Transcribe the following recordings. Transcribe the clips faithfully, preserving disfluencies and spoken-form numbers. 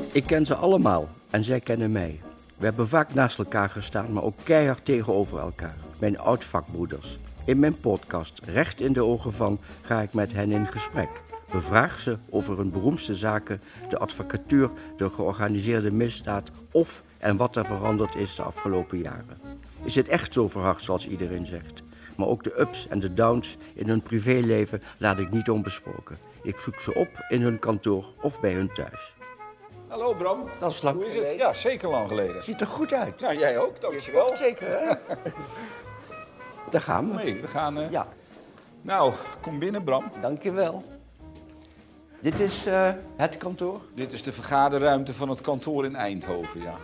Ik ken ze allemaal en zij kennen mij. We hebben vaak naast elkaar gestaan, maar ook keihard tegenover elkaar. Mijn oud-vakbroeders. In mijn podcast Recht in de Ogen van ga ik met hen in gesprek. Bevraag ze over hun beroemdste zaken, de advocatuur, de georganiseerde misdaad of en wat er veranderd is de afgelopen jaren. Is het echt zo verhard zoals iedereen zegt? Maar ook de ups en de downs in hun privéleven laat ik niet onbesproken. Ik zoek ze op in hun kantoor of bij hun thuis. Hallo Bram. Dat is lang Hoe is geleden. het? Ja, zeker lang geleden. Ziet er goed uit. Nou, jij ook, dankjewel. Zeker, hè? Daar gaan we. Nee, we gaan... Uh... Ja, Nou, kom binnen Bram. dankjewel. Dit is uh, het kantoor. Dit is de vergaderruimte van het kantoor in Eindhoven, ja.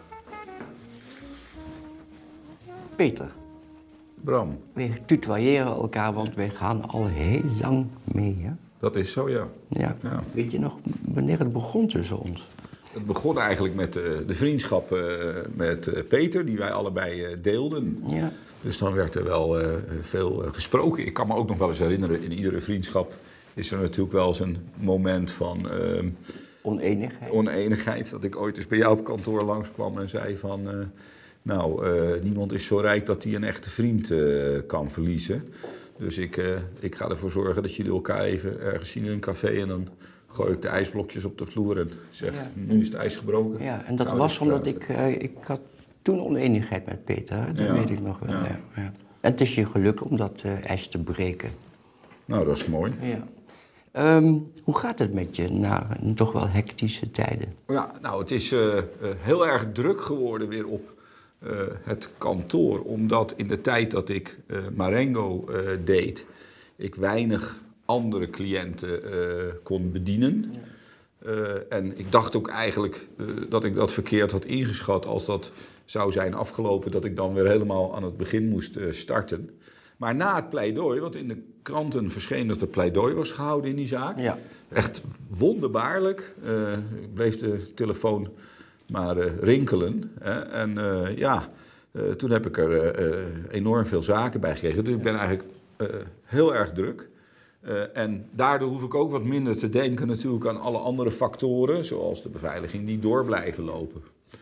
Peter, Bram. wij tutoyeren elkaar, want wij gaan al heel lang mee, hè? Dat is zo, ja. Ja. Ja. Weet je nog wanneer het begon tussen ons? Het begon eigenlijk met uh, de vriendschap uh, met uh, Peter, die wij allebei uh, deelden. Ja. Dus dan werd er wel uh, veel uh, gesproken. Ik kan me ook nog wel eens herinneren, in iedere vriendschap is er natuurlijk wel eens een moment van uh, Oneenigheid. oneenigheid. Dat ik ooit eens bij jou op kantoor langskwam en zei van... Uh, nou, uh, niemand is zo rijk dat hij een echte vriend uh, kan verliezen. Dus ik, uh, ik ga ervoor zorgen dat jullie elkaar even ergens zien in een café en dan... gooi ik de ijsblokjes op de vloer en zeg, Ja. nu is het ijs gebroken. Ja, en dat Gaan we was eens omdat praten. ik, uh, ik had toen oneenigheid met Peter, hè? Dat Ja. weet ik nog wel. Ja. Ja. Ja. En het is je geluk om dat uh, ijs te breken. Nou, dat is mooi. Ja. Um, hoe gaat het met je na een toch wel hectische tijden? Ja, nou, het is uh, uh, heel erg druk geworden weer op uh, het kantoor. Omdat in de tijd dat ik uh, Marengo uh, deed, ik weinig andere cliënten uh, kon bedienen. Ja. Uh, en ik dacht ook eigenlijk uh, dat ik dat verkeerd had ingeschat als dat zou zijn afgelopen, dat ik dan weer helemaal aan het begin moest uh, starten. Maar na het pleidooi, want in de kranten verscheen dat er pleidooi was gehouden in die zaak. Ja. Echt wonderbaarlijk. Uh, ik bleef de telefoon maar uh, rinkelen. Hè. En uh, ja, uh, toen heb ik er uh, enorm veel zaken bij gekregen. Dus ik ben eigenlijk uh, heel erg druk. Uh, en daardoor hoef ik ook wat minder te denken natuurlijk aan alle andere factoren, zoals de beveiliging, die door blijven lopen.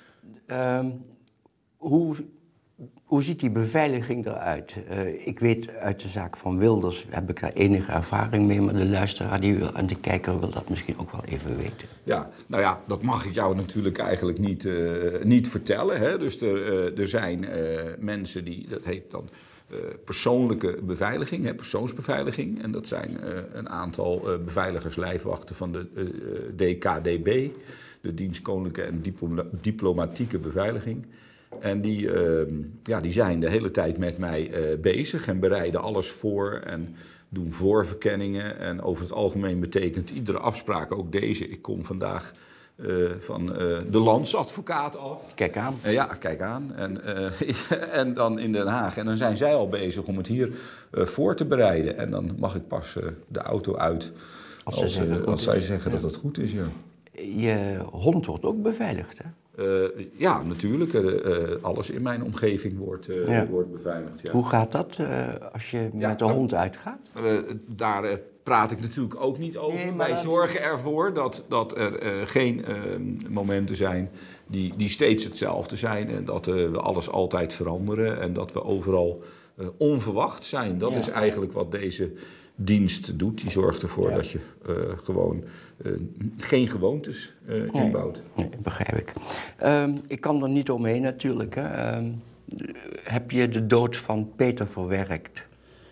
Um, hoe, hoe ziet die beveiliging eruit? Uh, ik weet uit de zaak van Wilders, heb ik daar enige ervaring mee, maar de luisteraar die wil, en de kijker wil dat misschien ook wel even weten. Ja, nou ja, dat mag ik jou natuurlijk eigenlijk niet, uh, niet vertellen. Hè? Dus er, uh, er zijn uh, mensen die, dat heet dan... Uh, persoonlijke beveiliging, hè, persoonsbeveiliging. En dat zijn uh, een aantal uh, beveiligers, lijfwachten van de uh, D K D B, de Dienst Koninklijke en Diplo- Diplomatieke Beveiliging. En die, uh, ja, die zijn de hele tijd met mij uh, bezig en bereiden alles voor en doen voorverkenningen. En over het algemeen betekent iedere afspraak, ook deze, ik kom vandaag... Uh, van uh, de landsadvocaat af. Kijk aan. Uh, ja, kijk aan. En, uh, en dan in Den Haag. En dan zijn zij al bezig om het hier uh, voor te bereiden. En dan mag ik pas uh, de auto uit als, als, uh, als zij zeggen ja. dat het goed is. Ja. Je hond wordt ook beveiligd, hè? Uh, ja, natuurlijk. Uh, uh, alles in mijn omgeving wordt, uh, ja. wordt beveiligd. Ja. Hoe gaat dat uh, als je ja, met de nou, hond uitgaat? Uh, daar... Uh, praat ik natuurlijk ook niet over. Nee, Wij zorgen ervoor dat, dat er uh, geen uh, momenten zijn die, die steeds hetzelfde zijn. En dat uh, we alles altijd veranderen. En dat we overal uh, onverwacht zijn. Dat ja. is eigenlijk wat deze dienst doet. Die zorgt ervoor ja. dat je uh, gewoon uh, geen gewoontes uh, nee. inbouwt. Nee, begrijp ik. Um, ik kan er niet omheen natuurlijk. Hè. Um, heb je de dood van Peter verwerkt?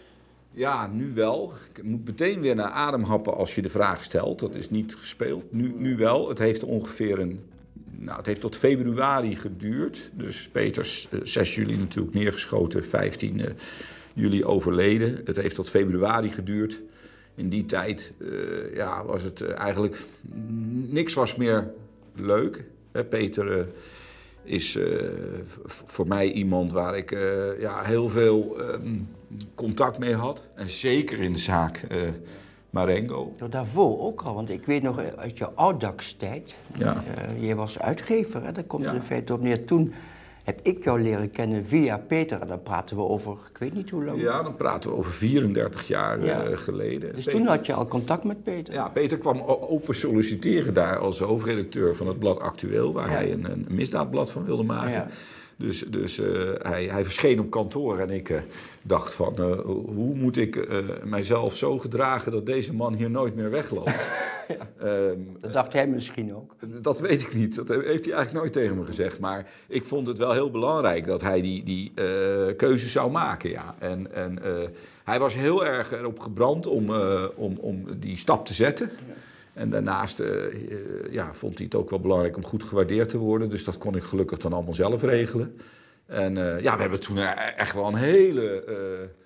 Ja, nu wel. Ik moet meteen weer naar adem happen als je de vraag stelt. Dat is niet gespeeld. Nu, nu wel. Het heeft ongeveer een... Nou, het heeft tot februari geduurd. Dus Peter, zes juli natuurlijk neergeschoten, vijftien juli overleden. Het heeft tot februari geduurd. In die tijd uh, ja, was het uh, eigenlijk... Niks was meer leuk. Hè, Peter... Uh, is uh, voor mij iemand waar ik uh, ja, heel veel um, contact mee had. En zeker in de zaak uh, Marengo. Daarvoor ook al, want ik weet nog uit je ouddags-tijd. Ja. Uh, je was uitgever, hè? Daar komt ja. in feite op neer. Toen heb ik jou leren kennen via Peter. En dan praten we over, ik weet niet hoe lang. Ja, dan praten we over vierendertig jaar Ja. uh, geleden. Dus Peter, toen had je al contact met Peter? Ja, Peter kwam open solliciteren daar als hoofdredacteur van het blad Actueel, waar Ja. hij een, een misdaadblad van wilde maken. Ja. Dus, dus uh, hij, hij verscheen op kantoor en ik uh, dacht van, uh, hoe moet ik uh, mijzelf zo gedragen dat deze man hier nooit meer wegloopt? Ja. Um, Dat dacht hij misschien ook. Dat weet ik niet. Dat heeft hij eigenlijk nooit tegen me gezegd. Maar ik vond het wel heel belangrijk dat hij die, die uh, keuze zou maken. Ja. En, en uh, hij was heel erg erop gebrand om, uh, om, om die stap te zetten. Ja. En daarnaast uh, uh, ja, vond hij het ook wel belangrijk om goed gewaardeerd te worden. Dus dat kon ik gelukkig dan allemaal zelf regelen. En uh, ja, we hebben toen echt wel een hele uh,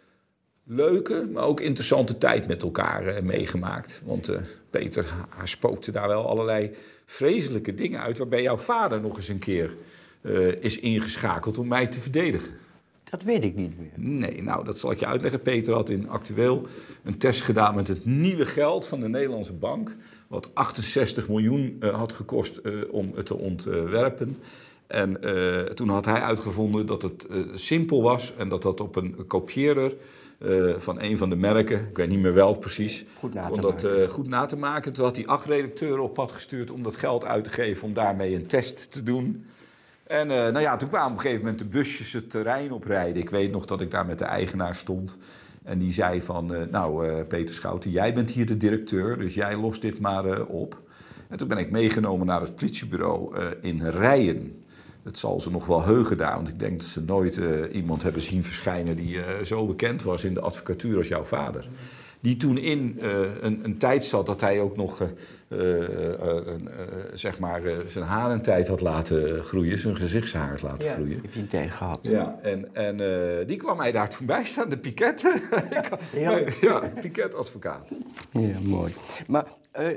leuke, maar ook interessante tijd met elkaar uh, meegemaakt. Want uh, Peter, hij spookte daar wel allerlei vreselijke dingen uit, waarbij jouw vader nog eens een keer uh, is ingeschakeld om mij te verdedigen. Dat weet ik niet meer. Nee, nou, dat zal ik je uitleggen. Peter had in Actueel een test gedaan met het nieuwe geld van de Nederlandse bank, wat achtenzestig miljoen uh, had gekost uh, om het te ontwerpen. En uh, toen had hij uitgevonden dat het uh, simpel was en dat dat op een kopieerder uh, van een van de merken, ik weet niet meer welk precies, goed na te om dat maken. Uh, goed na te maken. Toen had hij acht redacteuren op pad gestuurd om dat geld uit te geven om daarmee een test te doen. En uh, nou ja, toen kwamen op een gegeven moment de busjes het terrein oprijden. Ik weet nog dat ik daar met de eigenaar stond. En die zei van, uh, nou uh, Peter Schouten, jij bent hier de directeur, dus jij lost dit maar uh, op. En toen ben ik meegenomen naar het politiebureau uh, in Rijen. Het zal ze nog wel heugen daar, want ik denk dat ze nooit uh, iemand hebben zien verschijnen die uh, zo bekend was in de advocatuur als jouw vader. Die toen in uh, een, een tijd zat dat hij ook nog uh, uh, uh, uh, zeg maar, uh, zijn harentijd had laten groeien, zijn gezichtshaar had laten Ja, groeien. heb je een tijd gehad. Ja, en, en uh, die kwam mij daar toen bij staan, de Piquet. Ja. Ja, Piquet-advocaat. Ja, mooi. Maar uh,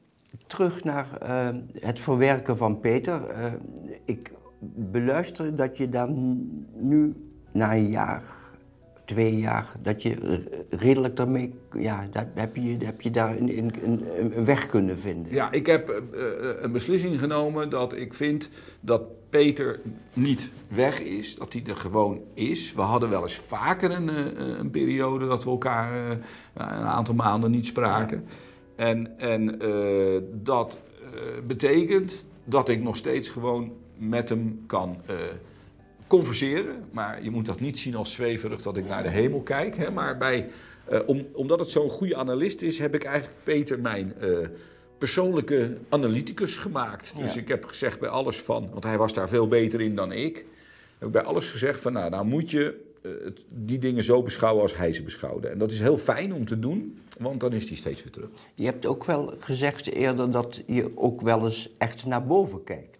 terug naar uh, het verwerken van Peter. Uh, ik beluister dat je dan nu, na een jaar, twee jaar, dat je redelijk daarmee, ja, dat heb je, heb je daar een, een, een weg kunnen vinden. Ja, ik heb uh, een beslissing genomen dat ik vind dat Peter niet weg is, dat hij er gewoon is. We hadden wel eens vaker een, een periode dat we elkaar uh, een aantal maanden niet spraken. Ja. En, en uh, dat uh, betekent dat ik nog steeds gewoon met hem kan uh, converseren. Maar je moet dat niet zien als zweverig dat ik naar de hemel kijk. Hè? Maar bij, uh, om, omdat het zo'n goede analist is, heb ik eigenlijk Peter mijn uh, persoonlijke analyticus gemaakt. Ja. Dus ik heb gezegd bij alles van, want hij was daar veel beter in dan ik. Heb ik bij alles gezegd van, nou, nou moet je uh, die dingen zo beschouwen als hij ze beschouwde. En dat is heel fijn om te doen, want dan is hij steeds weer terug. Je hebt ook wel gezegd eerder dat je ook wel eens echt naar boven kijkt.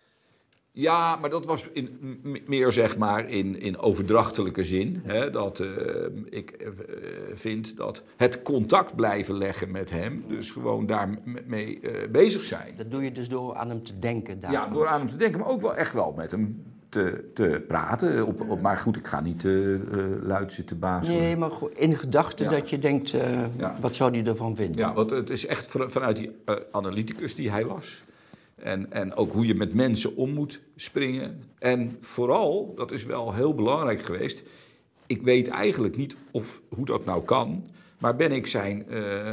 Ja, maar dat was in, meer zeg maar in, in overdrachtelijke zin. Hè, dat uh, ik uh, vind dat het contact blijven leggen met hem, dus gewoon daarmee uh, bezig zijn. Dat doe je dus door aan hem te denken. Daarom. Ja, door aan hem te denken, maar ook wel echt wel met hem te, te praten. Op, op, maar goed, ik ga niet uh, uh, luid zitten bazelen. Nee, maar in gedachten ja. dat je denkt, uh, ja. wat zou hij ervan vinden? Ja, want het is echt vanuit die uh, analyticus die hij was. En, en ook hoe je met mensen om moet springen. En vooral, dat is wel heel belangrijk geweest, ik weet eigenlijk niet of, hoe dat nou kan, maar ben ik zijn uh, uh,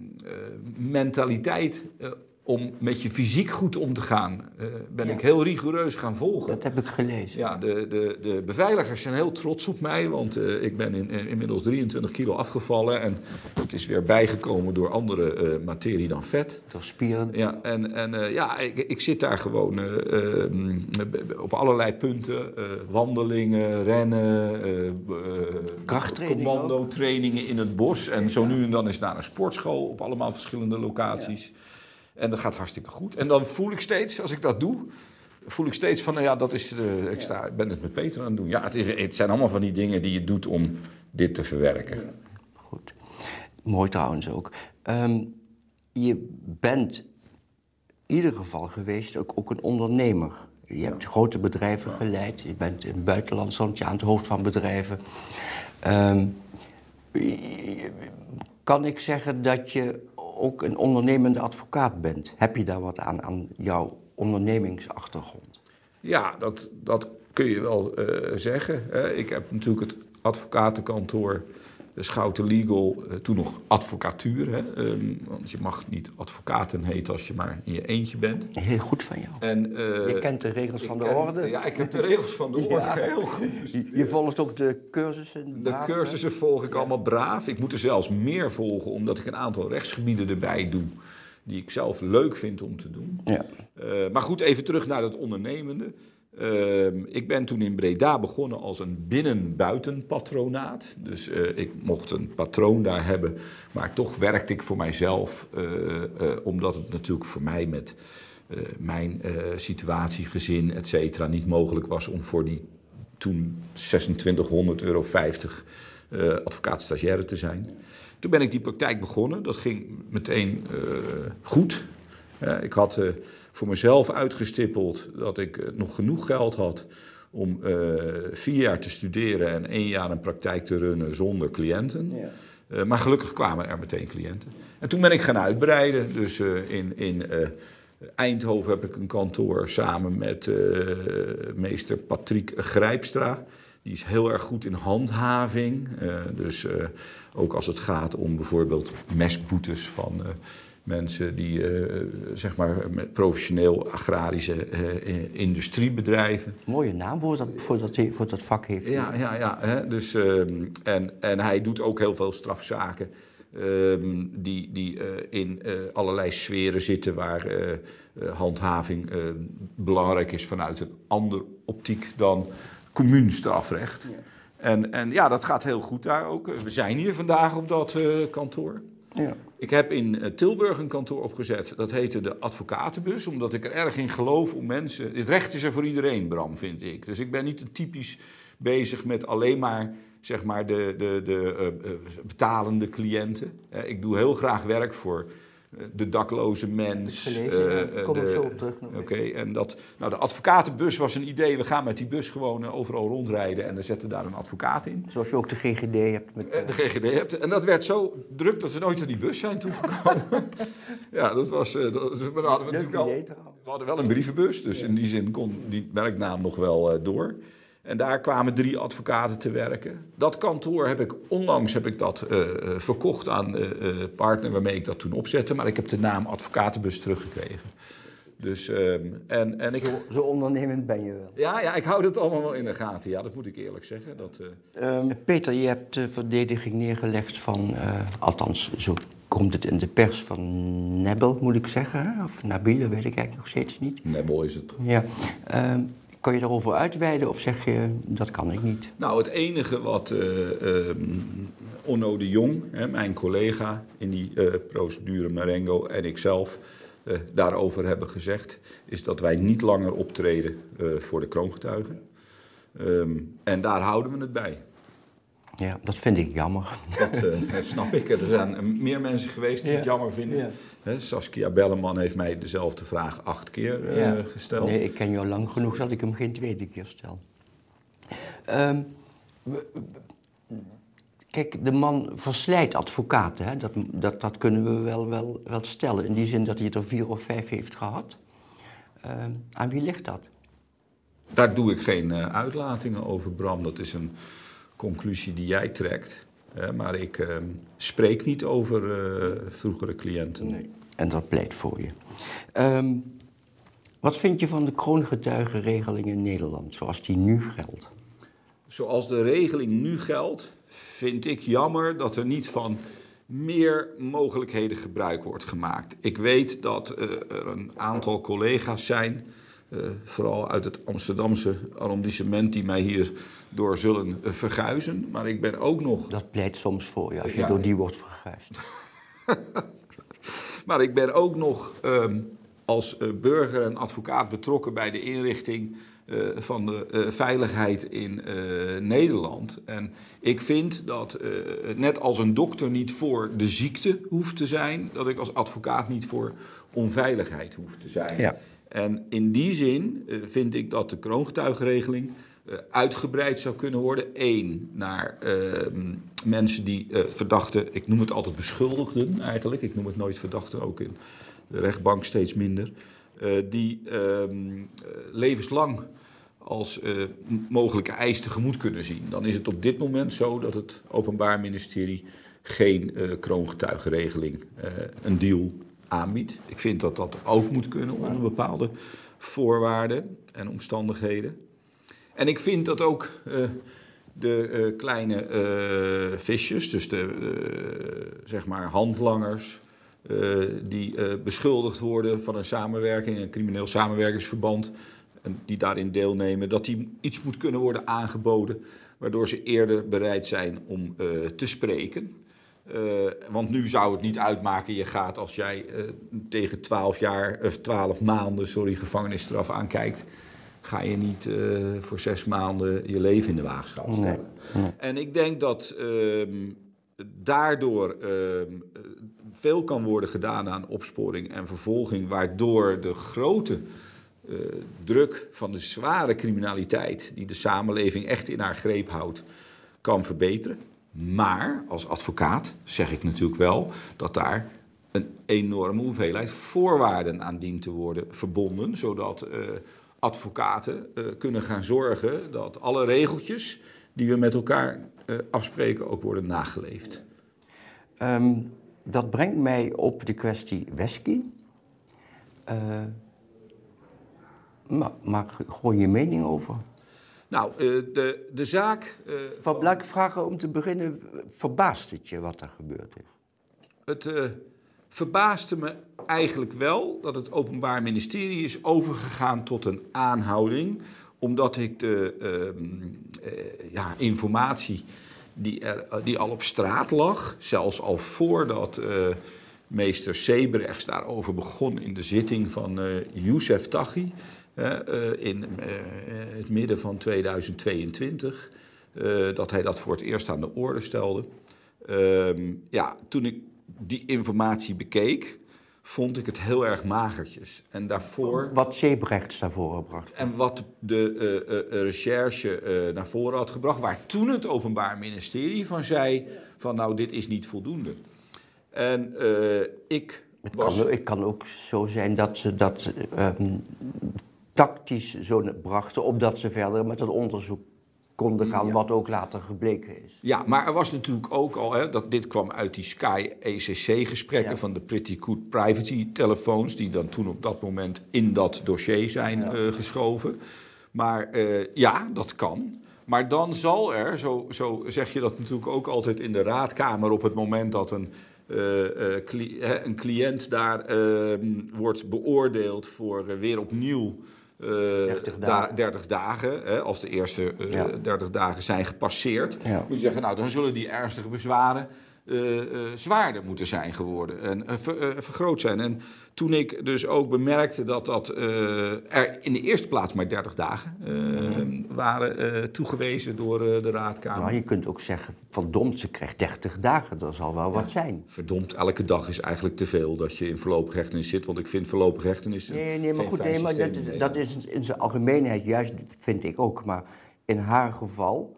mentaliteit uh, om met je fysiek goed om te gaan, uh, ben ja. ik heel rigoureus gaan volgen. Dat heb ik gelezen. Ja, de, de, de beveiligers zijn heel trots op mij, want uh, ik ben in, in, inmiddels drieëntwintig kilo afgevallen en het is weer bijgekomen door andere uh, materie dan vet. Door spieren. Ja, en, en uh, ja, ik, ik zit daar gewoon uh, uh, op allerlei punten, uh, wandelingen, rennen, uh, uh, commando-trainingen in het bos en zo nu en dan is naar een sportschool op allemaal verschillende locaties. Ja. En dat gaat hartstikke goed. En dan voel ik steeds, als ik dat doe, voel ik steeds van, nou ja, dat is, uh, ik, sta, ik ben het met Peter aan het doen. Ja, het, is, het zijn allemaal van die dingen die je doet om dit te verwerken. Ja. Goed. Mooi trouwens ook. Um, je bent in ieder geval geweest ook, ook een ondernemer. Je hebt ja. grote bedrijven geleid. Je bent in het buitenland soms aan het hoofd van bedrijven. Um, kan ik zeggen dat je ook een ondernemende advocaat bent? Heb je daar wat aan, aan jouw ondernemingsachtergrond? Ja, dat, dat kun je wel uh, zeggen. Hè. Ik heb natuurlijk het advocatenkantoor Schouten Legal, uh, toen nog advocatuur. Hè. Um, want je mag niet advocaten heten als je maar in je eentje bent. Heel goed van jou. En, uh, je kent de regels van de ken, orde. Ja, ik heb de regels van de orde ja. heel goed. Je, je volgt ook de cursussen braaf? De cursussen volg ik ja. allemaal braaf. Ik moet er zelfs meer volgen, omdat ik een aantal rechtsgebieden erbij doe die ik zelf leuk vind om te doen. Ja. Uh, maar goed, even terug naar het ondernemende. Uh, ik ben toen in Breda begonnen als een binnen-buiten patronaat. Dus uh, ik mocht een patroon daar hebben, maar toch werkte ik voor mijzelf. Uh, uh, omdat het natuurlijk voor mij met uh, mijn uh, situatie, gezin, et cetera, niet mogelijk was om voor die toen zesentwintighonderd euro vijftig uh, advocaat-stagiaire te zijn. Toen ben ik die praktijk begonnen. Dat ging meteen uh, goed. Uh, ik had uh, voor mezelf uitgestippeld dat ik uh, nog genoeg geld had om uh, vier jaar te studeren en één jaar een praktijk te runnen zonder cliënten. Ja. Uh, maar gelukkig kwamen er meteen cliënten. En toen ben ik gaan uitbreiden. Dus uh, in, in uh, Eindhoven heb ik een kantoor samen met uh, meester Patrick Grijpstra. Die is heel erg goed in handhaving. Uh, dus uh, ook als het gaat om bijvoorbeeld mesboetes van uh, mensen die uh, zeg maar met professioneel agrarische uh, industriebedrijven. Mooie naam voor dat, voor dat, voor dat vak heeft. Ja, ja, ja. Hè? Dus, uh, en, en hij doet ook heel veel strafzaken. Um, die, die uh, in uh, allerlei sferen zitten waar uh, uh, handhaving uh, belangrijk is vanuit een andere optiek dan commuunstrafrecht. Ja. En, en ja, dat gaat heel goed daar ook. We zijn hier vandaag op dat uh, kantoor. Ja. Ik heb in uh, Tilburg een kantoor opgezet. Dat heette de Advocatenbus, omdat ik er erg in geloof om mensen... Het recht is er voor iedereen, Bram, vind ik. Dus ik ben niet typisch bezig met alleen maar, zeg maar de, de, de uh, betalende cliënten. Uh, ik doe heel graag werk voor de dakloze mens. Gelezen, uh, kom ik zo op terug. Oké, okay, en dat, nou, de advocatenbus was een idee. We gaan met die bus gewoon uh, overal rondrijden en dan zetten daar een advocaat in. Zoals je ook de G G D hebt. Met, uh... De G G D hebt. En dat werd zo druk dat we nooit aan die bus zijn toegekomen. Ja, dat was... Uh, dat, dus, maar hadden we, natuurlijk al, we hadden wel een brievenbus, dus ja. In die zin kon die merknaam nog wel uh, door. En daar kwamen drie advocaten te werken. Dat kantoor heb ik, onlangs heb ik dat uh, verkocht aan de uh, partner waarmee ik dat toen opzette. Maar ik heb de naam Advocatenbus teruggekregen. Dus, um, en, en ik... zo, zo ondernemend ben je wel. Ja, ja, ik hou het allemaal wel in de gaten. Ja, dat moet ik eerlijk zeggen. Dat, uh... um, Peter, je hebt de verdediging neergelegd van, uh, althans zo komt het in de pers, van Nebel, moet ik zeggen. Hè? Of Nabil, weet ik eigenlijk nog steeds niet. Nebel is het. Ja. Um, Kan je daarover uitweiden of zeg je, dat kan ik niet? Nou, het enige wat uh, uh, Onno de Jong, hè, mijn collega in die uh, procedure Marengo en ikzelf uh, daarover hebben gezegd, is dat wij niet langer optreden uh, voor de kroongetuigen. Um, en daar houden we het bij. Ja, dat vind ik jammer. Dat uh, snap ik. Er zijn meer mensen geweest die ja. het jammer vinden. Ja. He, Saskia Belleman heeft mij dezelfde vraag acht keer uh, ja. gesteld. Nee, ik ken jou lang genoeg dat ik hem geen tweede keer stel. Um, kijk, de man verslijt advocaten. Hè? Dat, dat, dat kunnen we wel, wel, wel stellen. In die zin dat hij er vier of vijf heeft gehad. Um, aan wie ligt dat? Daar doe ik geen uh, uitlatingen over, Bram. Dat is een conclusie die jij trekt. Uh, maar ik uh, spreek niet over uh, vroegere cliënten. Nee. En dat pleit voor je. Um, wat vind je van de kroongetuigenregeling in Nederland, zoals die nu geldt? Zoals de regeling nu geldt, vind ik jammer dat er niet van meer mogelijkheden gebruik wordt gemaakt. Ik weet dat uh, er een aantal collega's zijn, uh, vooral uit het Amsterdamse arrondissement, die mij hier door zullen uh, verguizen. Maar ik ben ook nog... Dat pleit soms voor je, als je ja, door die wordt verguisd. Maar ik ben ook nog um, als uh, burger en advocaat betrokken bij de inrichting uh, van de uh, veiligheid in uh, Nederland. En ik vind dat, uh, net als een dokter niet voor de ziekte hoeft te zijn, dat ik als advocaat niet voor onveiligheid hoef te zijn. Ja. En in die zin uh, vind ik dat de kroongetuigenregeling uh, uitgebreid zou kunnen worden. Eén, naar uh, mensen die uh, verdachten, ik noem het altijd beschuldigden eigenlijk, ik noem het nooit verdachten, ook in de rechtbank steeds minder, uh, die uh, levenslang als uh, mogelijke eis tegemoet kunnen zien. Dan is het op dit moment zo dat het Openbaar Ministerie geen uh, kroongetuigenregeling, uh, een deal aanbiedt. Ik vind dat dat ook moet kunnen onder bepaalde voorwaarden en omstandigheden. En ik vind dat ook uh, de uh, kleine uh, visjes, dus de uh, zeg maar handlangers, uh, die uh, beschuldigd worden van een samenwerking, een crimineel samenwerkingsverband, en die daarin deelnemen, dat die iets moet kunnen worden aangeboden, waardoor ze eerder bereid zijn om uh, te spreken. Uh, want nu zou het niet uitmaken, je gaat als jij uh, tegen twaalf jaar, of twaalf maanden, sorry, gevangenisstraf aankijkt, ga je niet uh, voor zes maanden je leven in de waagschaal stellen. Nee, nee. En ik denk dat uh, daardoor uh, veel kan worden gedaan aan opsporing en vervolging, waardoor de grote uh, druk van de zware criminaliteit, die de samenleving echt in haar greep houdt, kan verbeteren. Maar als advocaat zeg ik natuurlijk wel dat daar een enorme hoeveelheid voorwaarden aan dient te worden verbonden, zodat uh, advocaten uh, kunnen gaan zorgen dat alle regeltjes die we met elkaar uh, afspreken ook worden nageleefd. Um, dat brengt mij op de kwestie Wesky. Uh, maar, maak gewoon je mening over. Nou, de, de zaak... Uh, van, laat ik vragen om te beginnen, verbaast het je wat er gebeurd is? Het uh, verbaasde me eigenlijk wel dat het Openbaar Ministerie is overgegaan tot een aanhouding, omdat ik de uh, uh, ja, informatie die, er, uh, die al op straat lag, zelfs al voordat uh, meester Sebrechts daarover begon in de zitting van uh, Youssef Taghi, Uh, in uh, het midden van tweeduizend tweeëntwintig, uh, dat hij dat voor het eerst aan de orde stelde. Uh, ja, toen ik die informatie bekeek, vond ik het heel erg magertjes. En daarvoor, wat Sebrechts naar voren bracht. En wat de uh, uh, recherche uh, naar voren had gebracht, waar toen het Openbaar Ministerie van zei, van nou, dit is niet voldoende. En uh, ik... Het was... kan, het kan ook zo zijn dat ze dat um, tactisch zo brachten, opdat ze verder met het onderzoek konden gaan, ja. Wat ook later gebleken is. Ja, maar er was natuurlijk ook al, hè, dat dit kwam uit die Sky E C C-gesprekken, ja, van de Pretty Good Privacy-telefoons, die dan toen op dat moment in dat dossier zijn, ja, uh, geschoven. Maar uh, ja, dat kan. Maar dan zal er, zo, zo zeg je dat natuurlijk ook altijd in de raadkamer, op het moment dat een Uh, uh, cli- uh, een cliënt daar uh, wordt beoordeeld voor uh, weer opnieuw uh, dertig dagen, da- dertig dagen hè, als de eerste uh, ja. dertig dagen zijn gepasseerd, ja, moet je zeggen, nou, dan zullen die ernstige bezwaren uh, uh, zwaarder moeten zijn geworden en uh, ver, uh, vergroot zijn. En toen ik dus ook bemerkte dat dat uh, er in de eerste plaats maar dertig dagen uh, mm-hmm. waren uh, toegewezen door uh, de raadkamer. Maar je kunt ook zeggen, verdomd, ze krijgt dertig dagen, dat zal wel ja, wat zijn. Verdomd, elke dag is eigenlijk te veel dat je in voorlopige hechtenis zit, want ik vind voorlopige hechtenis Nee, nee, maar goed, nee, maar dat, is, dat is in zijn algemeenheid juist, vind ik ook. Maar in haar geval,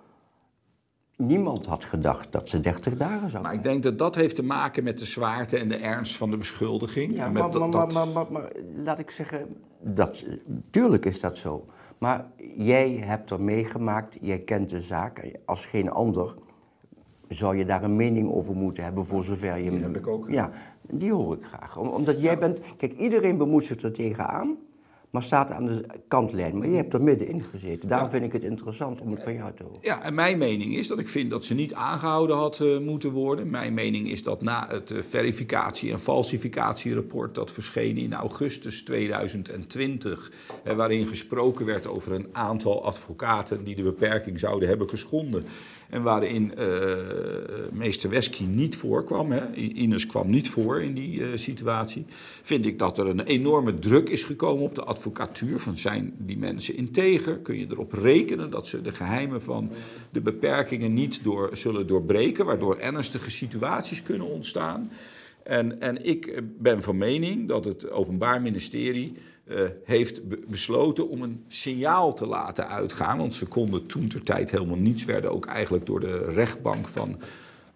niemand had gedacht dat ze dertig dagen zou Maar ik denk dat dat heeft te maken met de zwaarte en de ernst van de beschuldiging. Ja, met maar, dat, maar, dat... maar, maar, maar, maar laat ik zeggen, dat, tuurlijk is dat zo. Maar jij hebt er meegemaakt, jij kent de zaak. Als geen ander zou je daar een mening over moeten hebben, voor zover je... Die heb ik ook. Ja, die hoor ik graag. Om, omdat jij ja. bent... Kijk, iedereen bemoeit zich er tegenaan, maar staat aan de kantlijn. Maar je hebt er middenin gezeten. Daarom ja. vind ik het interessant om het van jou te horen. Ja, en mijn mening is dat ik vind dat ze niet aangehouden had uh, moeten worden. Mijn mening is dat na het uh, verificatie- en falsificatierapport dat verscheen in augustus tweeduizend twintig... Uh, waarin gesproken werd over een aantal advocaten die de beperking zouden hebben geschonden. En waarin uh, meester Wesky niet voorkwam, hè. Ines kwam niet voor in die uh, situatie. Vind ik dat er een enorme druk is gekomen op de advocatuur. Van zijn die mensen integer? Kun je erop rekenen dat ze de geheimen van de beperkingen niet door, zullen doorbreken, waardoor ernstige situaties kunnen ontstaan? En, en ik ben van mening dat het Openbaar Ministerie uh, heeft be- besloten om een signaal te laten uitgaan. Want ze konden toen ter tijd helemaal niets, werden ook eigenlijk door de rechtbank van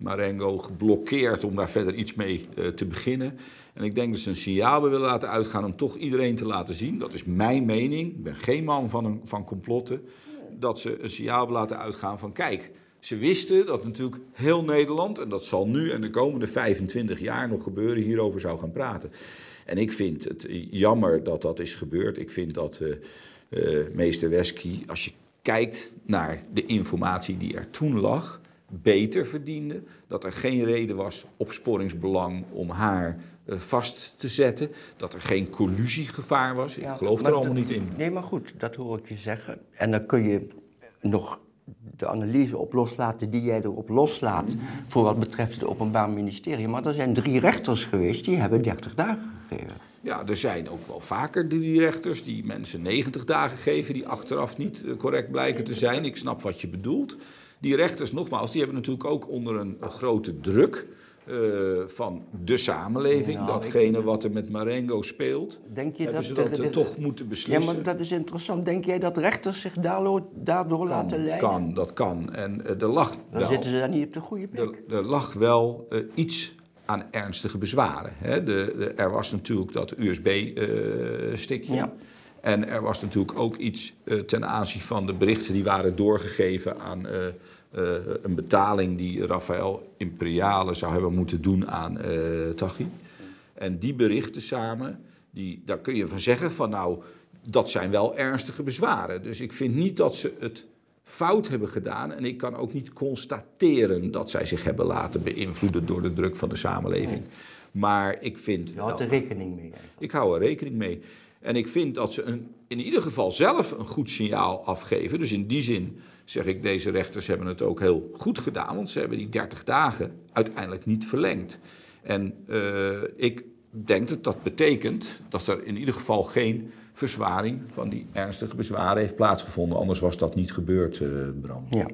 Marengo geblokkeerd om daar verder iets mee uh, te beginnen. En ik denk dat ze een signaal willen laten uitgaan om toch iedereen te laten zien. Dat is mijn mening. Ik ben geen man van, een, van complotten. Dat ze een signaal willen laten uitgaan van kijk, ze wisten dat natuurlijk heel Nederland, en dat zal nu en de komende vijfentwintig jaar nog gebeuren, hierover zou gaan praten. En ik vind het jammer dat dat is gebeurd. Ik vind dat uh, uh, meester Wesky, als je kijkt naar de informatie die er toen lag, beter verdiende. Dat er geen reden was, opsporingsbelang, om haar uh, vast te zetten. Dat er geen collusiegevaar was. Ik ja, geloof er allemaal niet in. Nee, maar goed, dat hoor ik je zeggen. En dan kun je nog de analyse op loslaten die jij erop loslaat voor wat betreft het Openbaar Ministerie. Maar er zijn drie rechters geweest die hebben dertig dagen gegeven. Ja, er zijn ook wel vaker drie rechters die mensen negentig dagen geven die achteraf niet correct blijken te zijn. Ik snap wat je bedoelt. Die rechters, nogmaals, die hebben natuurlijk ook onder een, een grote druk uh, van de samenleving. Nou, datgene ik... wat er met Marengo speelt, denk je hebben dat ze dat de, de, toch moeten beslissen. Ja, maar dat is interessant. Denk jij dat rechters zich daardoor, daardoor kan, laten leiden? Kan, dat kan. En uh, er lag Dan wel, zitten ze daar niet op de goede plek. Er, er lag wel uh, iets aan ernstige bezwaren. Hè? De, de, er was natuurlijk dat U S B-stickje. Uh, ja. En er was natuurlijk ook iets uh, ten aanzien van de berichten die waren doorgegeven aan uh, uh, een betaling die Rafael Imperiale zou hebben moeten doen aan uh, Taghi. En die berichten samen, die, daar kun je van zeggen van nou, dat zijn wel ernstige bezwaren. Dus ik vind niet dat ze het fout hebben gedaan. En ik kan ook niet constateren dat zij zich hebben laten beïnvloeden door de druk van de samenleving. Nee. Maar ik vind... Je houdt er rekening mee. Ik hou er rekening mee. En ik vind dat ze een, in ieder geval zelf een goed signaal afgeven. Dus in die zin zeg ik, deze rechters hebben het ook heel goed gedaan. Want ze hebben die dertig dagen uiteindelijk niet verlengd. En uh, ik denk dat dat betekent dat er in ieder geval geen verzwaring van die ernstige bezwaren heeft plaatsgevonden. Anders was dat niet gebeurd, uh, Bram. Ja.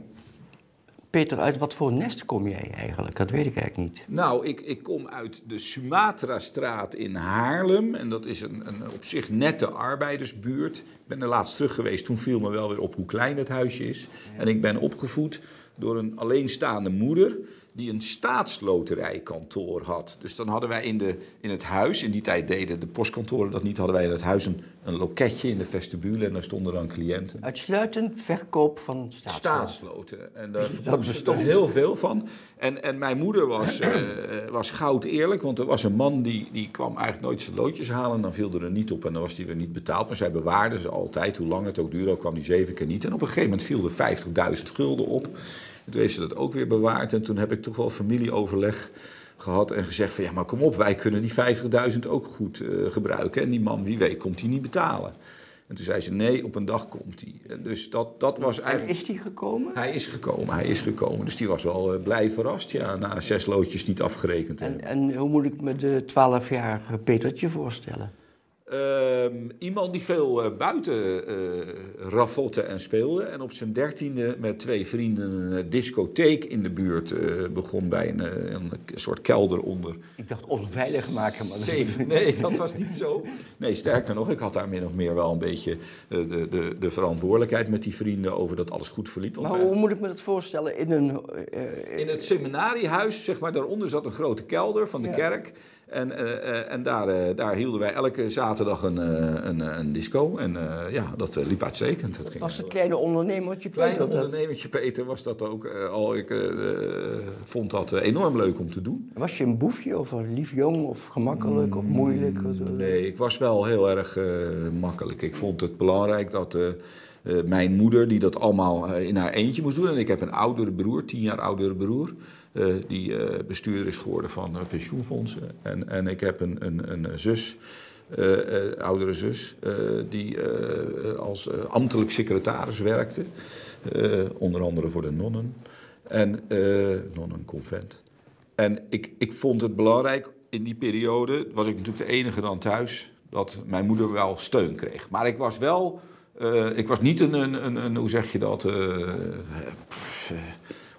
Peter, uit wat voor nest kom jij eigenlijk? Dat weet ik eigenlijk niet. Nou, ik, ik kom uit de Sumatra-straat in Haarlem. En dat is een, een op zich nette arbeidersbuurt. Ik ben er laatst terug geweest. Toen viel me wel weer op hoe klein het huisje is. Ja. En ik ben opgevoed door een alleenstaande moeder die een staatsloterijkantoor had. Dus dan hadden wij in, de, in het huis, in die tijd deden de postkantoren dat niet, hadden wij in het huis een, een loketje in de vestibule en daar stonden dan cliënten. Uitsluitend verkoop van staatsloten. Staatsloten. En daar bestond er heel veel van. En, en mijn moeder was, uh, was goud eerlijk, want er was een man die, die kwam eigenlijk nooit zijn loodjes halen. Dan viel er er niet op en dan was die weer niet betaald. Maar zij bewaarde ze altijd, hoe lang het ook duurde, kwam die zeven keer niet. En op een gegeven moment viel er vijftigduizend gulden op. Toen heeft ze dat ook weer bewaard en toen heb ik toch wel familieoverleg gehad en gezegd van ja, maar kom op, wij kunnen die vijftigduizend ook goed uh, gebruiken. En die man, wie weet, komt hij niet betalen. En toen zei ze nee, op een dag komt hij. En dus dat, dat was eigenlijk... En is hij gekomen? Hij is gekomen, hij is gekomen. Dus die was wel uh, blij verrast, ja, na zes loodjes niet afgerekend te hebben. En, en hoe moet ik me de twaalfjarige Petertje voorstellen? Uh, iemand die veel uh, buiten uh, ravotte en speelde. En op zijn dertiende met twee vrienden een discotheek in de buurt uh, begon bij een, uh, een soort kelder onder. Ik dacht onveilig maken, maar... Zeven. Nee, dat was niet zo. Nee, sterker nog, ik had daar min of meer wel een beetje uh, de, de, de verantwoordelijkheid met die vrienden over dat alles goed verliep. Maar hoe wij... moet ik me dat voorstellen? In, een, uh, in het seminariehuis, zeg maar, daaronder zat een grote kelder van de ja. kerk. En, uh, en daar, uh, daar hielden wij elke zaterdag een, uh, een, een disco. En uh, ja, dat uh, liep uitstekend. Dat ging was het kleine ondernemertje Peter? Kleine ondernemertje Peter was dat ook uh, al. Ik uh, vond dat uh, enorm leuk om te doen. Was je een boefje of een lief jong of gemakkelijk of moeilijk? Nee, ik was wel heel erg uh, makkelijk. Ik vond het belangrijk dat... Uh, Uh, mijn moeder, die dat allemaal uh, in haar eentje moest doen. En ik heb een oudere broer, tien jaar oudere broer. Uh, die uh, bestuurder is geworden van uh, pensioenfondsen. En, en ik heb een, een, een zus, uh, uh, oudere zus, uh, die uh, als uh, ambtelijk secretaris werkte. Uh, onder andere voor de nonnen. En uh, nonnenconvent. En ik, ik vond het belangrijk, in die periode was ik natuurlijk de enige dan thuis, dat mijn moeder wel steun kreeg. Maar ik was wel... Uh, ik was niet een, een, een, een, hoe zeg je dat, uh, uh,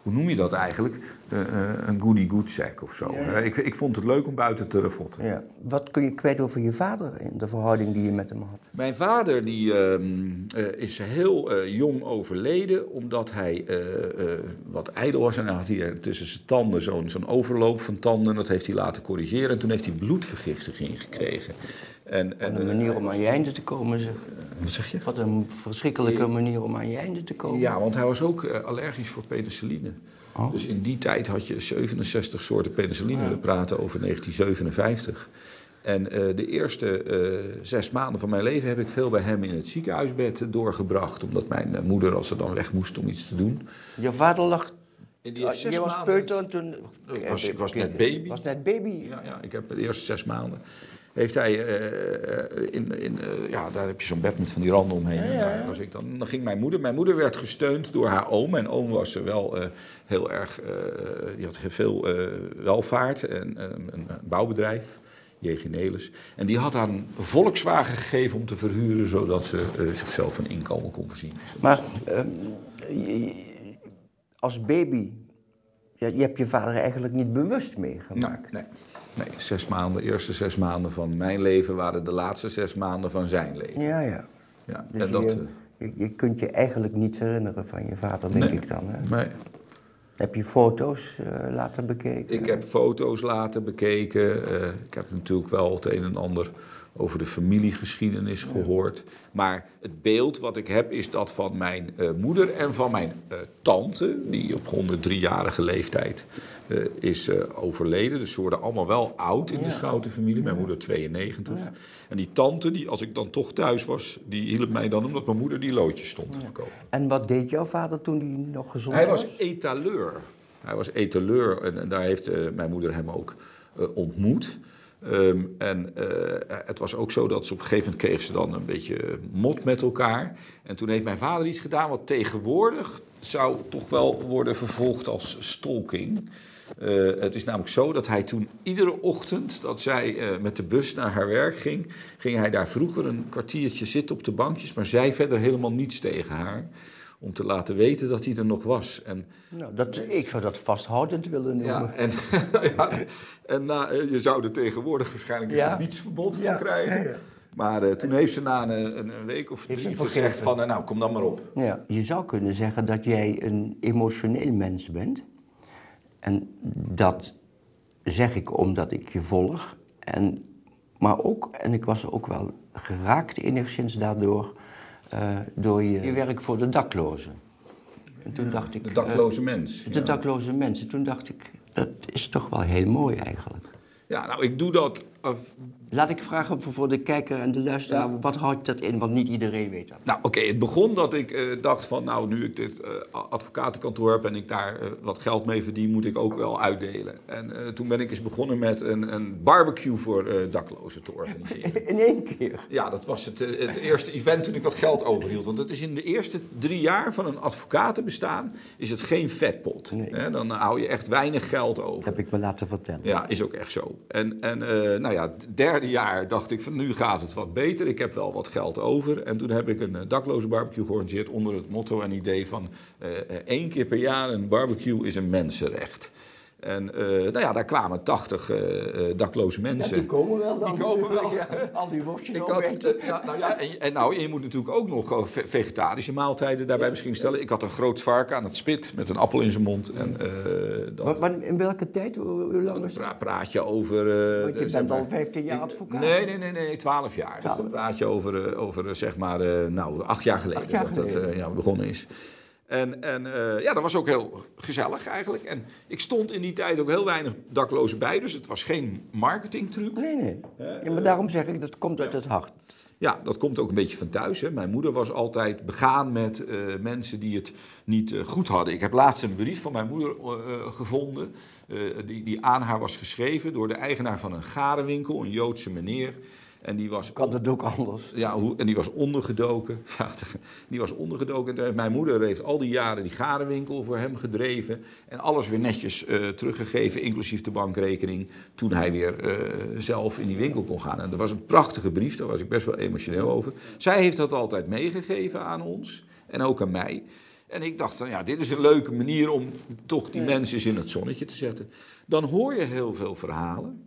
hoe noem je dat eigenlijk? Uh, uh, een goodie-good sack of zo. Ja, ja. Ik, ik vond het leuk om buiten te ravotten. Ja. Wat kun je kwijt over je vader in de verhouding die je met hem had? Mijn vader die, uh, uh, is heel uh, jong overleden, omdat hij uh, uh, wat ijdel was. En dan had hij tussen zijn tanden zo'n zo'n overloop van tanden. Dat heeft hij laten corrigeren. En toen heeft hij bloedvergiftiging gekregen. En, en, Wat een manier om aan je einde te komen, zeg. Wat zeg je? Wat een verschrikkelijke manier om aan je einde te komen. Ja, want hij was ook uh, allergisch voor penicilline. Oh. Dus in die tijd had je zevenenzestig soorten penicilline. We praten over negentien zevenenvijftig. En uh, de eerste uh, zes maanden van mijn leven heb ik veel bij hem in het ziekenhuisbed doorgebracht. Omdat mijn uh, moeder, als ze dan weg moest om iets te doen... Je vader lag... In die je was peuter en toen... Ik was, ik was net baby. was net baby? Ja, ja, ik heb de eerste zes maanden... Heeft hij, uh, in, in, uh, ja, daar heb je zo'n bed met van die randen omheen. Ja, ja, ja. Daar was ik dan. Dan ging mijn moeder. Mijn moeder werd gesteund door haar oom. Mijn oom was wel uh, heel erg, uh, die had veel uh, welvaart en uh, een bouwbedrijf, J G Nelis. En die had haar een Volkswagen gegeven om te verhuren, zodat ze uh, zichzelf een inkomen kon voorzien. Maar uh, als baby, je, je hebt je vader eigenlijk niet bewust meegemaakt. Nee, nee. Nee, zes maanden, de eerste zes maanden van mijn leven waren de laatste zes maanden van zijn leven. Ja, ja. ja dus en dat, je, je, je kunt je eigenlijk niets herinneren van je vader, denk nee, ik dan. Hè? Nee. Heb je foto's uh, laten bekeken? Ik heb foto's laten bekeken. Uh, ik heb natuurlijk wel het een en ander over de familiegeschiedenis gehoord. Ja. Maar het beeld wat ik heb is dat van mijn uh, moeder en van mijn uh, tante, die op honderddriejarige leeftijd uh, is uh, overleden. Dus ze worden allemaal wel oud in ja. de Schoutenfamilie. Mijn moeder tweeënnegentig. Ja. En die tante, die, als ik dan toch thuis was, die hielp mij dan omdat mijn moeder die loodjes stond te verkopen. En wat deed jouw vader toen hij nog gezond hij was? Hij was etaleur. Hij was etaleur en, en daar heeft uh, mijn moeder hem ook uh, ontmoet. Um, en uh, het was ook zo dat ze op een gegeven moment kregen ze dan een beetje mot met elkaar. En toen heeft mijn vader iets gedaan wat tegenwoordig zou toch wel worden vervolgd als stalking. Uh, het is namelijk zo dat hij toen iedere ochtend dat zij uh, met de bus naar haar werk ging, ging hij daar vroeger een kwartiertje zitten op de bankjes, maar zei verder helemaal niets tegen haar. Om te laten weten dat hij er nog was. En, nou, dat, ik zou dat vasthoudend willen noemen. Ja, en ja, en uh, je zou er tegenwoordig waarschijnlijk ja. een gebiedsverbod van ja. krijgen. Ja, ja. Maar uh, toen heeft ze na een, een, een week of drie gezegd van, uh, nou, kom dan maar op. Ja. Je zou kunnen zeggen dat jij een emotioneel mens bent. En dat zeg ik omdat ik je volg. En, maar ook, en ik was ook wel geraakt enigszins daardoor... Uh, door je, je werk voor de daklozen. En toen dacht ik... De dakloze uh, mens. De ja. dakloze mensen. Toen dacht ik, dat is toch wel heel mooi eigenlijk. Ja, nou, ik doe dat... Uh, Laat ik vragen voor de kijker en de luisteraar, ja. wat houdt dat in? Want niet iedereen weet dat. Nou, oké, okay, het begon dat ik uh, dacht van, nou, nu ik dit uh, advocatenkantoor heb en ik daar uh, wat geld mee verdien, moet ik ook wel uitdelen. En uh, toen ben ik eens begonnen met een, een barbecue voor uh, daklozen te organiseren. In één keer? Ja, dat was het, uh, het eerste event toen ik wat geld overhield. Want het is in de eerste drie jaar van een advocatenbestaan, is het geen vetpot. Nee. Hè? Dan hou je echt weinig geld over. Dat heb ik me laten vertellen. Ja, is ook echt zo. En, en uh, nou ja, het derde jaar dacht ik van nu gaat het wat beter. Ik heb wel wat geld over. En toen heb ik een uh, dakloze barbecue georganiseerd onder het motto en idee van uh, één keer per jaar een barbecue is een mensenrecht. En uh, nou ja, daar kwamen tachtig uh, dakloze mensen. Ja, die komen wel dan. Die komen wel. Ja, al die worstjes ik had, uh, ja, nou ja, en, en, nou, en je moet natuurlijk ook nog vegetarische maaltijden daarbij ja. misschien stellen. Ik had een groot varken aan het spit met een appel in zijn mond. En, uh, dat, maar, maar in welke tijd? Hoe lang is dat? Praat je over... Uh, Want je bent al vijftien jaar advocaat. Nee, nee, nee, nee, twaalf jaar. twaalf. Dus dan praat je over, uh, over zeg maar, uh, nou, acht jaar geleden. Acht jaar dat geleden. dat uh, ja, begonnen is. En, en uh, ja, dat was ook heel gezellig eigenlijk. En ik stond in die tijd ook heel weinig daklozen bij, dus het was geen marketingtruc. Nee, nee. Ja, maar daarom zeg ik, dat komt uit ja. het hart. Ja, dat komt ook een beetje van thuis. Hè. Mijn moeder was altijd begaan met uh, mensen die het niet uh, goed hadden. Ik heb laatst een brief van mijn moeder uh, gevonden, uh, die, die aan haar was geschreven door de eigenaar van een garenwinkel, een Joodse meneer. En die was kan het ook anders. Ja, hoe, en die was ondergedoken. Ja, die was ondergedoken. En mijn moeder heeft al die jaren die garenwinkel voor hem gedreven. En alles weer netjes uh, teruggegeven, inclusief de bankrekening. Toen hij weer uh, zelf in die winkel kon gaan. En dat was een prachtige brief, daar was ik best wel emotioneel over. Zij heeft dat altijd meegegeven aan ons. En ook aan mij. En ik dacht, van, ja, dit is een leuke manier om toch die ja. mensen eens in het zonnetje te zetten. Dan hoor je heel veel verhalen.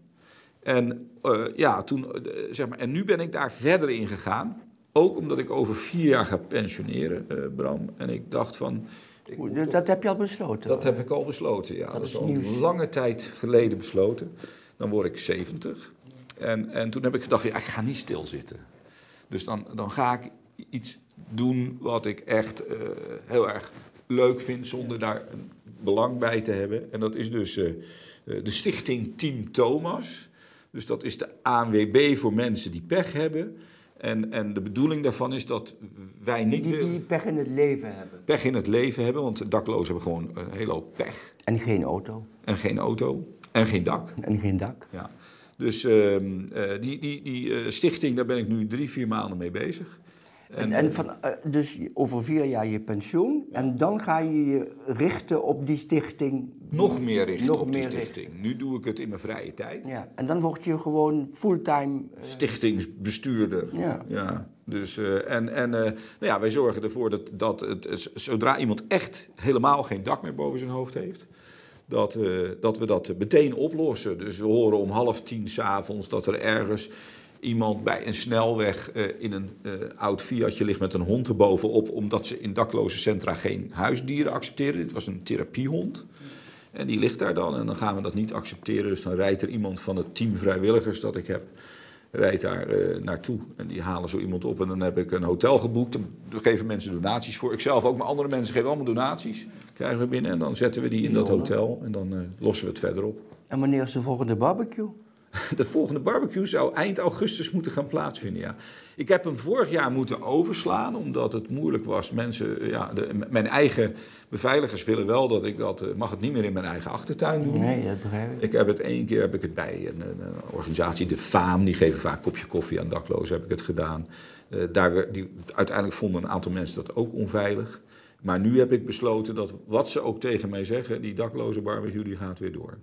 En, uh, ja, toen, uh, zeg maar, en nu ben ik daar verder in gegaan. Ook omdat ik over vier jaar ga pensioneren, uh, Bram. En ik dacht van... Ik Oeh, dat toch, heb je al besloten? Dat hoor. heb ik al besloten, ja. Dat, dat is is al nieuws. een lange tijd geleden besloten. Dan word ik zeventig. En, en toen heb ik gedacht, ja, ik ga niet stilzitten. Dus dan, dan ga ik iets doen wat ik echt uh, heel erg leuk vind, zonder daar een belang bij te hebben. En dat is dus uh, de stichting Team Thomas. Dus dat is de A N W B voor mensen die pech hebben. En, en de bedoeling daarvan is dat wij niet... Die, die pech in het leven hebben. Pech in het leven hebben, want daklozen hebben gewoon een hele hoop pech. En geen auto. En geen auto. En geen dak. En geen dak. Ja. Dus uh, uh, die, die, die uh, stichting, daar ben ik nu drie, vier maanden mee bezig. En, en, en van, uh, dus over vier jaar je pensioen. Ja. En dan ga je je richten op die stichting. Nog meer richten nog op die meer stichting. Richten. Nu doe ik het in mijn vrije tijd. Ja. En dan word je gewoon fulltime... Uh... stichtingsbestuurder. Ja. Ja. Dus, uh, en en uh, nou ja, wij zorgen ervoor dat, dat het, zodra iemand echt helemaal geen dak meer boven zijn hoofd heeft... Dat, uh, dat we dat meteen oplossen. Dus we horen om half tien 's avonds dat er ergens iemand bij een snelweg uh, in een uh, oud Fiatje ligt met een hond erbovenop, omdat ze in dakloze centra geen huisdieren accepteren. Dit was een therapiehond. En die ligt daar dan en dan gaan we dat niet accepteren. Dus dan rijdt er iemand van het team vrijwilligers dat ik heb, rijdt daar uh, naartoe. En die halen zo iemand op en dan heb ik een hotel geboekt. Dan geven mensen donaties voor. Ik zelf ook, maar andere mensen geven allemaal donaties. Krijgen we binnen en dan zetten we die in dat hotel. En dan uh, lossen we het verder op. En wanneer is de volgende barbecue? De volgende barbecue zou eind augustus moeten gaan plaatsvinden, ja. Ik heb hem vorig jaar moeten overslaan, omdat het moeilijk was. Mensen, ja, de, mijn eigen beveiligers willen wel dat ik dat... Uh, mag het niet meer in mijn eigen achtertuin doen. Nee, dat begrijp ik. Ik heb het één keer heb ik het bij een, een, een organisatie, de Faam, die geven vaak een kopje koffie aan daklozen, heb ik het gedaan. Uh, daar, die, uiteindelijk vonden een aantal mensen dat ook onveilig. Maar nu heb ik besloten dat, wat ze ook tegen mij zeggen, die dakloze barbecue die gaat weer door.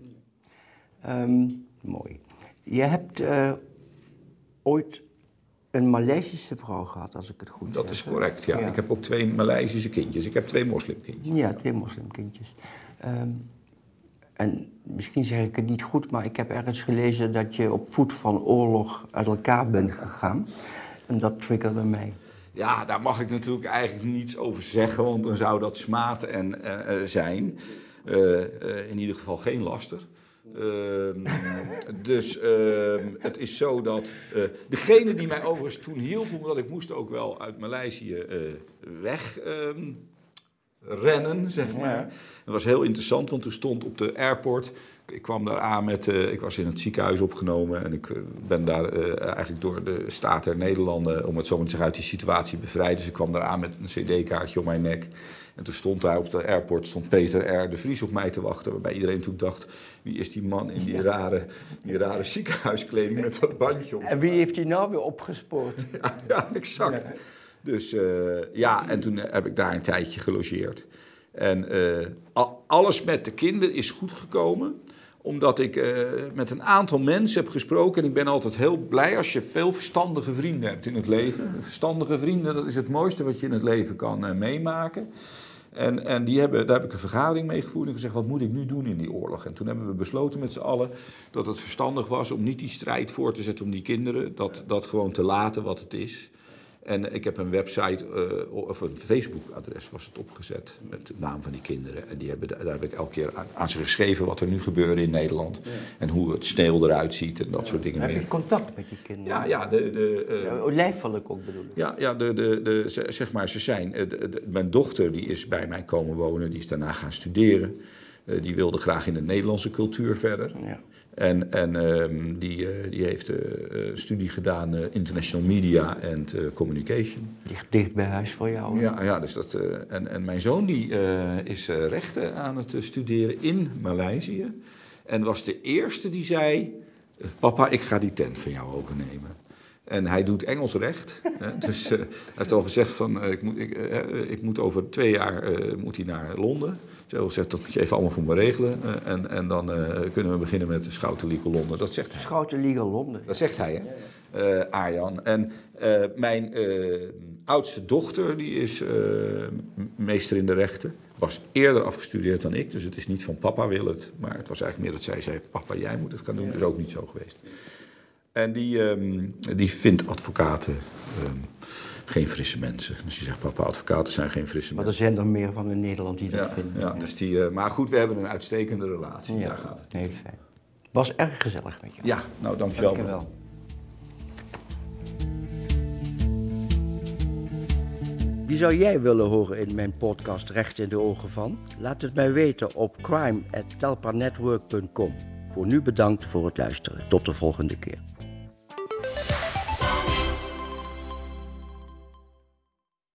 Um, mooi. Je hebt uh, ooit een Maleisische vrouw gehad, als ik het goed zeg. Dat is correct, ja. ja. Ik heb ook twee Maleisische kindjes. Ik heb twee moslimkindjes. Ja, twee moslimkindjes. Um, en misschien zeg ik het niet goed, maar ik heb ergens gelezen dat je op voet van oorlog uit elkaar bent gegaan. En dat triggerde mij. Ja, daar mag ik natuurlijk eigenlijk niets over zeggen, want dan zou dat smaad en, uh, zijn. Uh, uh, in ieder geval geen laster. Uh, dus uh, het is zo dat uh, degene die mij overigens toen hielp, omdat ik moest ook wel uit Maleisië uh, weg uh, rennen, zeg maar. Ja. Dat was heel interessant, want toen stond op de airport, ik kwam daar aan met, uh, ik was in het ziekenhuis opgenomen en ik uh, ben daar uh, eigenlijk door de staat der Nederlanden, om het zo maar te zeggen, uit die situatie bevrijd. Dus ik kwam daar aan met een cd-kaartje om mijn nek. En toen stond daar op de airport, stond Peter R. de Vries op mij te wachten, waarbij iedereen toen dacht, wie is die man in die rare, die rare ziekenhuiskleding met dat bandje op? En wie heeft die nou weer opgespoord? Ja, ja, exact. Ja. Dus uh, ja, en toen heb ik daar een tijdje gelogeerd. En uh, alles met de kinderen is goed gekomen, omdat ik uh, met een aantal mensen heb gesproken. En ik ben altijd heel blij als je veel verstandige vrienden hebt in het leven. Verstandige vrienden, dat is het mooiste wat je in het leven kan uh, meemaken. En, en die hebben, daar heb ik een vergadering mee gevoerd en gezegd, wat moet ik nu doen in die oorlog? En toen hebben we besloten met z'n allen dat het verstandig was om niet die strijd voor te zetten om die kinderen. Dat, dat gewoon te laten wat het is. En ik heb een website, uh, of een Facebook-adres was het opgezet met de naam van die kinderen. En die hebben, daar heb ik elke keer aan, aan ze geschreven wat er nu gebeurt in Nederland. Ja. En hoe het sneeuw eruit ziet en dat ja. soort dingen heb meer. Heb je contact met die kinderen? Ja, ja. De, de, uh, ja, lijfelijk ook bedoel ik. Ja, ja de, de, de, zeg maar, ze zijn... De, de, mijn dochter die is bij mij komen wonen, die is daarna gaan studeren. Uh, die wilde graag in de Nederlandse cultuur verder. Ja. En, en um, die, uh, die heeft een uh, studie gedaan, uh, International Media and uh, Communication. Dicht, dicht bij huis voor jou. Hè? Ja, ja dus dat, uh, en, en mijn zoon die, uh, is uh, rechten aan het uh, studeren in Maleisië. En was de eerste die zei, uh, papa, ik ga die tent van jou overnemen. En hij doet Engels recht. Hè, dus uh, hij heeft al gezegd van, uh, ik, moet, ik, uh, ik moet over twee jaar uh, moet hij naar Londen. Hij heeft gezegd, dat moet je even allemaal voor me regelen. Uh, en, en dan uh, kunnen we beginnen met de Schouten Legal Londen. Dat zegt hij. Schouten Legal Londen. Dat zegt hij, hè? uh, Arjan. En uh, mijn uh, oudste dochter, die is uh, meester in de rechten. Was eerder afgestudeerd dan ik, dus het is niet van papa wil het. Maar het was eigenlijk meer dat zij zei, papa, jij moet het gaan doen. Dat is ook niet zo geweest. En die, um, die vindt advocaten um, geen frisse mensen. Dus die zegt, papa, advocaten zijn geen frisse maar mensen. Maar er zijn er meer van in Nederland die dat ja, vinden. Ja, dus die, uh, maar goed, we hebben een uitstekende relatie. Ja, daar gaat het. heel fijn. Was erg gezellig met jou. Ja, nou dankjewel. Dankjewel. Wie zou jij willen horen in mijn podcast Recht in de Ogen van? Laat het mij weten op crime at telparnetwork punt com. Voor nu bedankt voor het luisteren. Tot de volgende keer.